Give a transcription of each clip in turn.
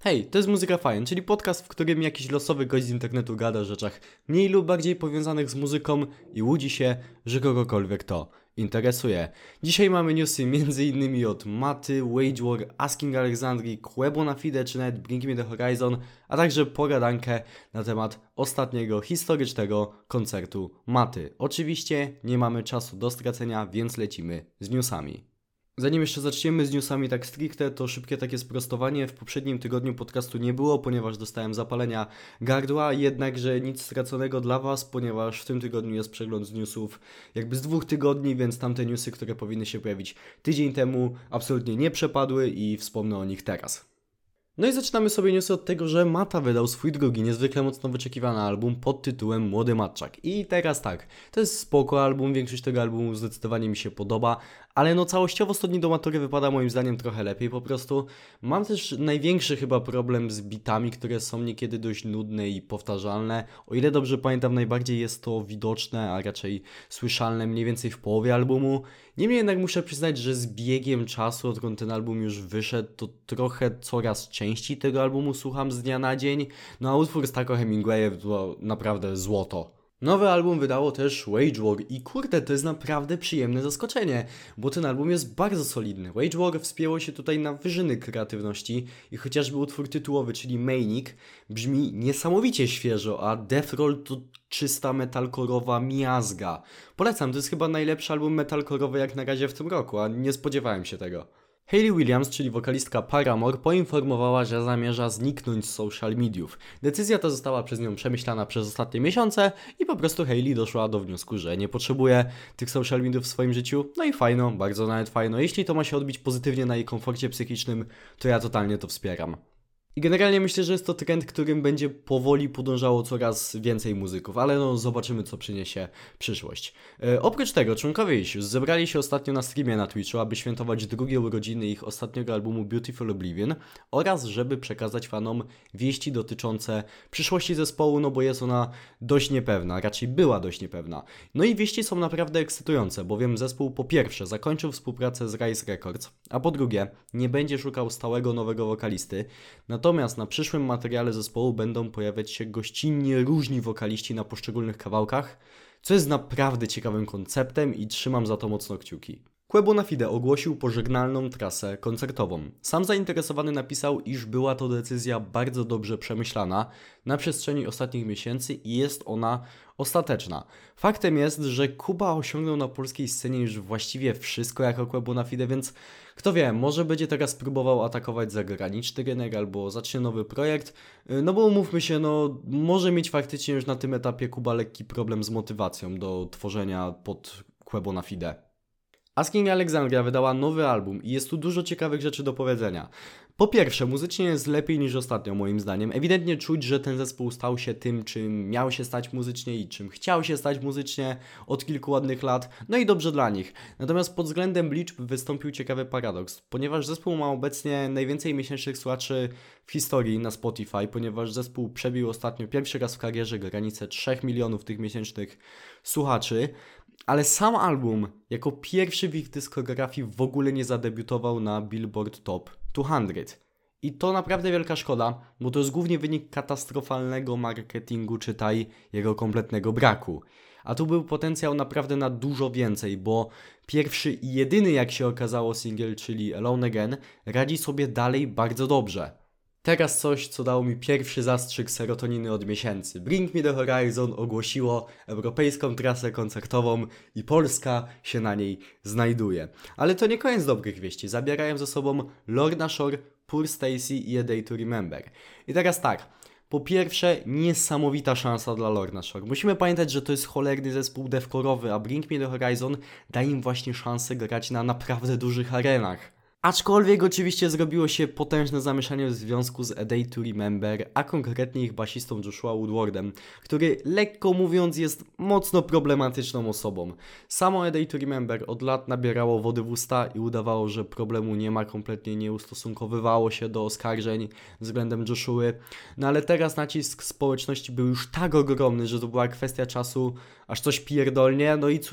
Hej, to jest Muzyka Fajn, czyli podcast, w którym jakiś losowy gość z internetu gada o rzeczach mniej lub bardziej powiązanych z muzyką i łudzi się, że kogokolwiek to interesuje. Dzisiaj mamy newsy m.in. od Maty, Wage War, Asking Alexandrii, Quebo na Fide czy nawet Bring Me The Horizon, a także pogadankę na temat ostatniego historycznego koncertu Maty. Oczywiście nie mamy czasu do stracenia, więc lecimy z newsami. Zanim jeszcze zaczniemy z newsami tak stricte, to szybkie takie sprostowanie. W poprzednim tygodniu podcastu nie było, ponieważ dostałem zapalenia gardła, jednakże nic straconego dla Was, ponieważ w tym tygodniu jest przegląd z newsów jakby z 2 tygodni, więc tamte newsy, które powinny się pojawić tydzień temu, absolutnie nie przepadły i wspomnę o nich teraz. No i zaczynamy sobie newsy od tego, że Mata wydał swój drugi, niezwykle mocno wyczekiwany album pod tytułem Młody Matczak. I teraz tak, to jest spoko album, większość tego albumu zdecydowanie mi się podoba, ale no całościowo 100 dni do matury wypada moim zdaniem trochę lepiej po prostu. Mam też największy chyba problem z bitami, które są niekiedy dość nudne i powtarzalne. O ile dobrze pamiętam, najbardziej jest to widoczne, a raczej słyszalne mniej więcej w połowie albumu. Niemniej jednak muszę przyznać, że z biegiem czasu, odkąd ten album już wyszedł, to trochę coraz częściej tego albumu słucham z dnia na dzień. No a utwór z Taco Hemingwayem to naprawdę złoto. Nowy album wydało też Wage War i kurde, to jest naprawdę przyjemne zaskoczenie, bo ten album jest bardzo solidny. Wage War wspięło się tutaj na wyżyny kreatywności i chociażby utwór tytułowy, czyli Manic, brzmi niesamowicie świeżo, a Death Roll to czysta metalkorowa miazga. Polecam, to jest chyba najlepszy album metalkorowy jak na razie w tym roku, a nie spodziewałem się tego. Hayley Williams, czyli wokalistka Paramore, poinformowała, że zamierza zniknąć z social mediów. Decyzja ta została przez nią przemyślana przez ostatnie miesiące i po prostu Hayley doszła do wniosku, że nie potrzebuje tych social mediów w swoim życiu. No i fajno, bardzo nawet fajno. Jeśli to ma się odbić pozytywnie na jej komforcie psychicznym, to ja totalnie to wspieram. I generalnie myślę, że jest to trend, którym będzie powoli podążało coraz więcej muzyków, ale no zobaczymy, co przyniesie przyszłość. Oprócz tego członkowie Issues zebrali się ostatnio na streamie na Twitchu, aby świętować drugie urodziny ich ostatniego albumu Beautiful Oblivion oraz żeby przekazać fanom wieści dotyczące przyszłości zespołu, no bo jest ona dość niepewna, raczej była dość niepewna. No i wieści są naprawdę ekscytujące, bowiem zespół po pierwsze zakończył współpracę z Rise Records, a po drugie nie będzie szukał stałego nowego wokalisty. Natomiast na przyszłym materiale zespołu będą pojawiać się gościnnie różni wokaliści na poszczególnych kawałkach, co jest naprawdę ciekawym konceptem i trzymam za to mocno kciuki. Quebo na Fide ogłosił pożegnalną trasę koncertową. Sam zainteresowany napisał, iż była to decyzja bardzo dobrze przemyślana na przestrzeni ostatnich miesięcy i jest ona ostateczna. Faktem jest, że Kuba osiągnął na polskiej scenie już właściwie wszystko jako Quebo na Fide, więc kto wie, może będzie teraz próbował atakować zagraniczny rynek albo zacznie nowy projekt, no bo umówmy się, no może mieć faktycznie już na tym etapie Kuba lekki problem z motywacją do tworzenia pod Quebo na Fide. Asking Alexandria wydała nowy album i jest tu dużo ciekawych rzeczy do powiedzenia. Po pierwsze, muzycznie jest lepiej niż ostatnio moim zdaniem. Ewidentnie czuć, że ten zespół stał się tym, czym miał się stać muzycznie i czym chciał się stać muzycznie od kilku ładnych lat. No i dobrze dla nich. Natomiast pod względem liczb wystąpił ciekawy paradoks, ponieważ zespół ma obecnie najwięcej miesięcznych słuchaczy w historii na Spotify, ponieważ zespół przebił ostatnio pierwszy raz w karierze granicę 3 milionów tych miesięcznych słuchaczy. Ale sam album, jako pierwszy w ich dyskografii, w ogóle nie zadebiutował na Billboard Top 200. I to naprawdę wielka szkoda, bo to jest głównie wynik katastrofalnego marketingu, czytaj jego kompletnego braku. A tu był potencjał naprawdę na dużo więcej, bo pierwszy i jedyny, jak się okazało, singiel, czyli Alone Again, radzi sobie dalej bardzo dobrze. Teraz coś, co dało mi pierwszy zastrzyk serotoniny od miesięcy. Bring Me The Horizon ogłosiło europejską trasę koncertową i Polska się na niej znajduje. Ale to nie koniec dobrych wieści. Zabierają ze sobą Lorna Shore, Poor Stacy i A Day To Remember. I teraz tak. Po pierwsze, niesamowita szansa dla Lorna Shore. Musimy pamiętać, że to jest cholerny zespół deathcore'owy, a Bring Me The Horizon da im właśnie szansę grać na naprawdę dużych arenach. Aczkolwiek oczywiście zrobiło się potężne zamieszanie w związku z A Day To Remember, a konkretnie ich basistą Joshua Woodwardem, który lekko mówiąc jest mocno problematyczną osobą. Samo A Day To Remember od lat nabierało wody w usta i udawało, że problemu nie ma, kompletnie nie ustosunkowywało się do oskarżeń względem Joshuły. No ale teraz nacisk społeczności był już tak ogromny, że to była kwestia czasu, aż coś pierdolnie, no i cóż,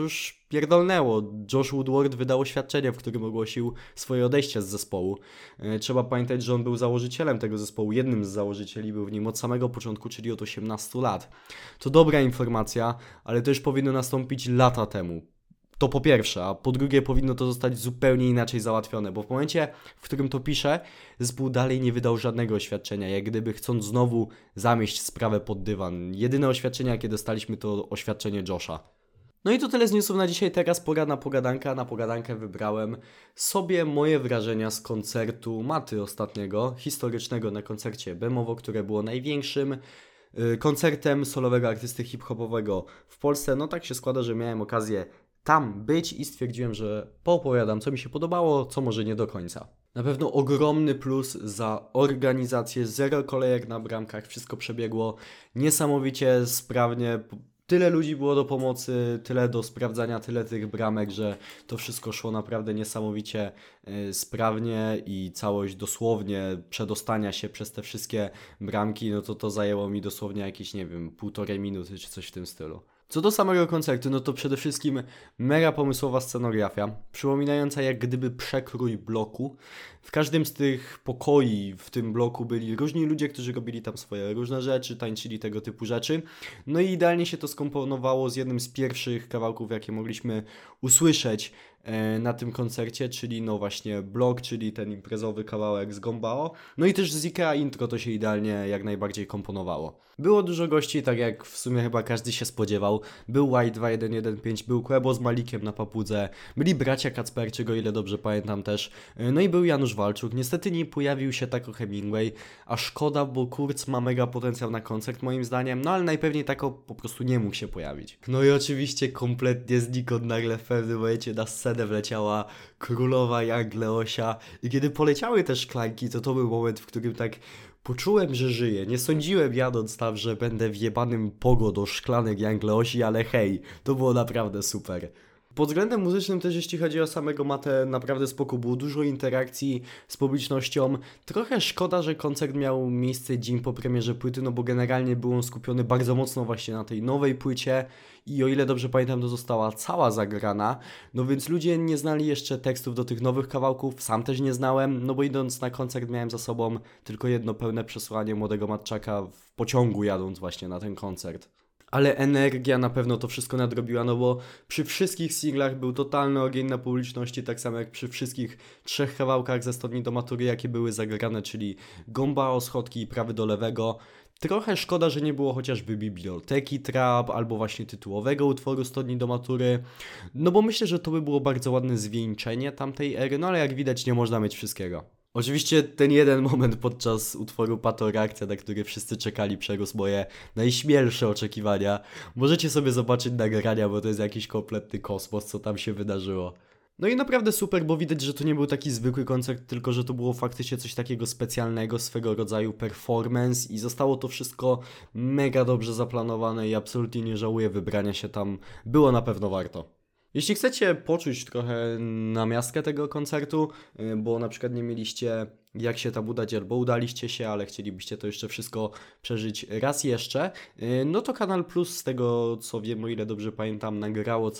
pierdolnęło. Josh Woodward wydał oświadczenie, w którym ogłosił swoje odejście z zespołu. Trzeba pamiętać, że on był założycielem tego zespołu, jednym z założycieli, był w nim od samego początku, czyli od 18 lat. To dobra informacja, ale to już powinno nastąpić lata temu. To po pierwsze, a po drugie powinno to zostać zupełnie inaczej załatwione, bo w momencie, w którym to piszę, zespół dalej nie wydał żadnego oświadczenia, jak gdyby chcąc znowu zamieść sprawę pod dywan. Jedyne oświadczenie, jakie dostaliśmy, to oświadczenie Josha. No i to tyle z newsów na dzisiaj, teraz pora na pogadankę. Na pogadankę wybrałem sobie moje wrażenia z koncertu Maty ostatniego, historycznego na koncercie Bemowo, które było największym koncertem solowego artysty hip-hopowego w Polsce. No tak się składa, że miałem okazję tam być i stwierdziłem, że poopowiadam, co mi się podobało, co może nie do końca. Na pewno ogromny plus za organizację, zero kolejek na bramkach, wszystko przebiegło niesamowicie sprawnie. Tyle ludzi było do pomocy, tyle do sprawdzania, tyle tych bramek, że to wszystko szło naprawdę niesamowicie sprawnie i całość dosłownie przedostania się przez te wszystkie bramki, no to zajęło mi dosłownie jakieś, nie wiem, 1,5 minuty czy coś w tym stylu. Co do samego koncertu, no to przede wszystkim mega pomysłowa scenografia, przypominająca jak gdyby przekrój bloku. W każdym z tych pokoi w tym bloku byli różni ludzie, którzy robili tam swoje różne rzeczy, tańczyli tego typu rzeczy. No i idealnie się to skomponowało z jednym z pierwszych kawałków, jakie mogliśmy usłyszeć na tym koncercie, czyli no właśnie blok, czyli ten imprezowy kawałek z Gombao. No i też z Ikea intro to się idealnie jak najbardziej komponowało. Było dużo gości, tak jak w sumie chyba każdy się spodziewał. Był Y2115, był Quebo z Malikiem na papudze, byli bracia Kacperczyk, o ile dobrze pamiętam też. No i był Janusz Walczuk. Niestety nie pojawił się Taco Hemingway, a szkoda, bo Kurz ma mega potencjał na koncert moim zdaniem, no ale najpewniej Taco po prostu nie mógł się pojawić. No i oczywiście kompletnie znikąd nagle w pewnym momencie na scenę wleciała królowa Young Leosia i kiedy poleciały te szklanki, to był moment, w którym tak poczułem, że żyję. Nie sądziłem jadąc tam, że będę wjebanym pogo do szklanek Young Leosi, ale hej, to było naprawdę super. Pod względem muzycznym też jeśli chodzi o samego Matę, naprawdę spoko, było dużo interakcji z publicznością. Trochę szkoda, że koncert miał miejsce dzień po premierze płyty, no bo generalnie był on skupiony bardzo mocno właśnie na tej nowej płycie i o ile dobrze pamiętam, to została cała zagrana, no więc ludzie nie znali jeszcze tekstów do tych nowych kawałków, sam też nie znałem, no bo idąc na koncert miałem za sobą tylko jedno pełne przesłanie Młodego Matczaka w pociągu jadąc właśnie na ten koncert. Ale energia na pewno to wszystko nadrobiła, no bo przy wszystkich singlach był totalny ogień na publiczności, tak samo jak przy wszystkich 3 kawałkach ze 100 dni do matury, jakie były zagrane, czyli Gombao, Schodki i Prawy do lewego. Trochę szkoda, że nie było chociażby Biblioteki Trap albo właśnie tytułowego utworu 100 dni do matury, no bo myślę, że to by było bardzo ładne zwieńczenie tamtej ery, no ale jak widać nie można mieć wszystkiego. Oczywiście ten jeden moment podczas utworu Patoreakcja, na który wszyscy czekali, przerósł moje najśmielsze oczekiwania. Możecie sobie zobaczyć nagrania, bo to jest jakiś kompletny kosmos, co tam się wydarzyło. No i naprawdę super, bo widać, że to nie był taki zwykły koncert, tylko że to było faktycznie coś takiego specjalnego, swego rodzaju performance i zostało to wszystko mega dobrze zaplanowane i absolutnie nie żałuję wybrania się tam. Było na pewno warto. Jeśli chcecie poczuć trochę namiastkę tego koncertu, bo na przykład nie mieliście jak się tam udać, albo udaliście się, ale chcielibyście to jeszcze wszystko przeżyć raz jeszcze, no to Kanal Plus, z tego co wiem, o ile dobrze pamiętam, nagrało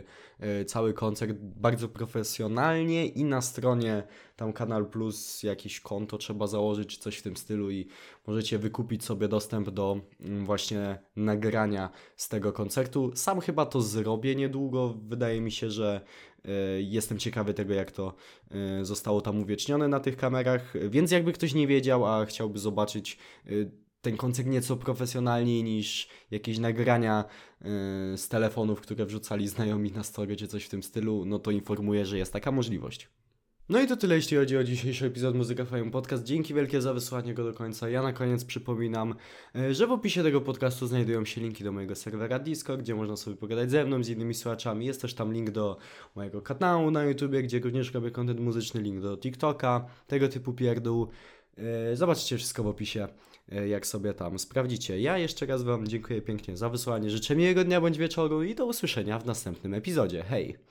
cały koncert bardzo profesjonalnie i na stronie tam Kanal Plus jakieś konto trzeba założyć, czy coś w tym stylu i możecie wykupić sobie dostęp do właśnie nagrania z tego koncertu. Sam chyba to zrobię niedługo, wydaje mi się, że jestem ciekawy tego, jak to zostało tam uwiecznione na tych kamerach, więc jakby ktoś nie wiedział, a chciałby zobaczyć ten koncert nieco profesjonalniej niż jakieś nagrania z telefonów, które wrzucali znajomi na story czy coś w tym stylu, no to informuję, że jest taka możliwość. No i to tyle, jeśli chodzi o dzisiejszy epizod Muzyka Fame Podcast. Dzięki wielkie za wysłuchanie go do końca. Ja na koniec przypominam, że w opisie tego podcastu znajdują się linki do mojego serwera Discord, gdzie można sobie pogadać ze mną, z innymi słuchaczami. Jest też tam link do mojego kanału na YouTubie, gdzie również robię content muzyczny, link do TikToka, tego typu pierdół. Zobaczcie wszystko w opisie, jak sobie tam sprawdzicie. Ja jeszcze raz Wam dziękuję pięknie za wysłuchanie. Życzę miłego dnia bądź wieczoru i do usłyszenia w następnym epizodzie. Hej!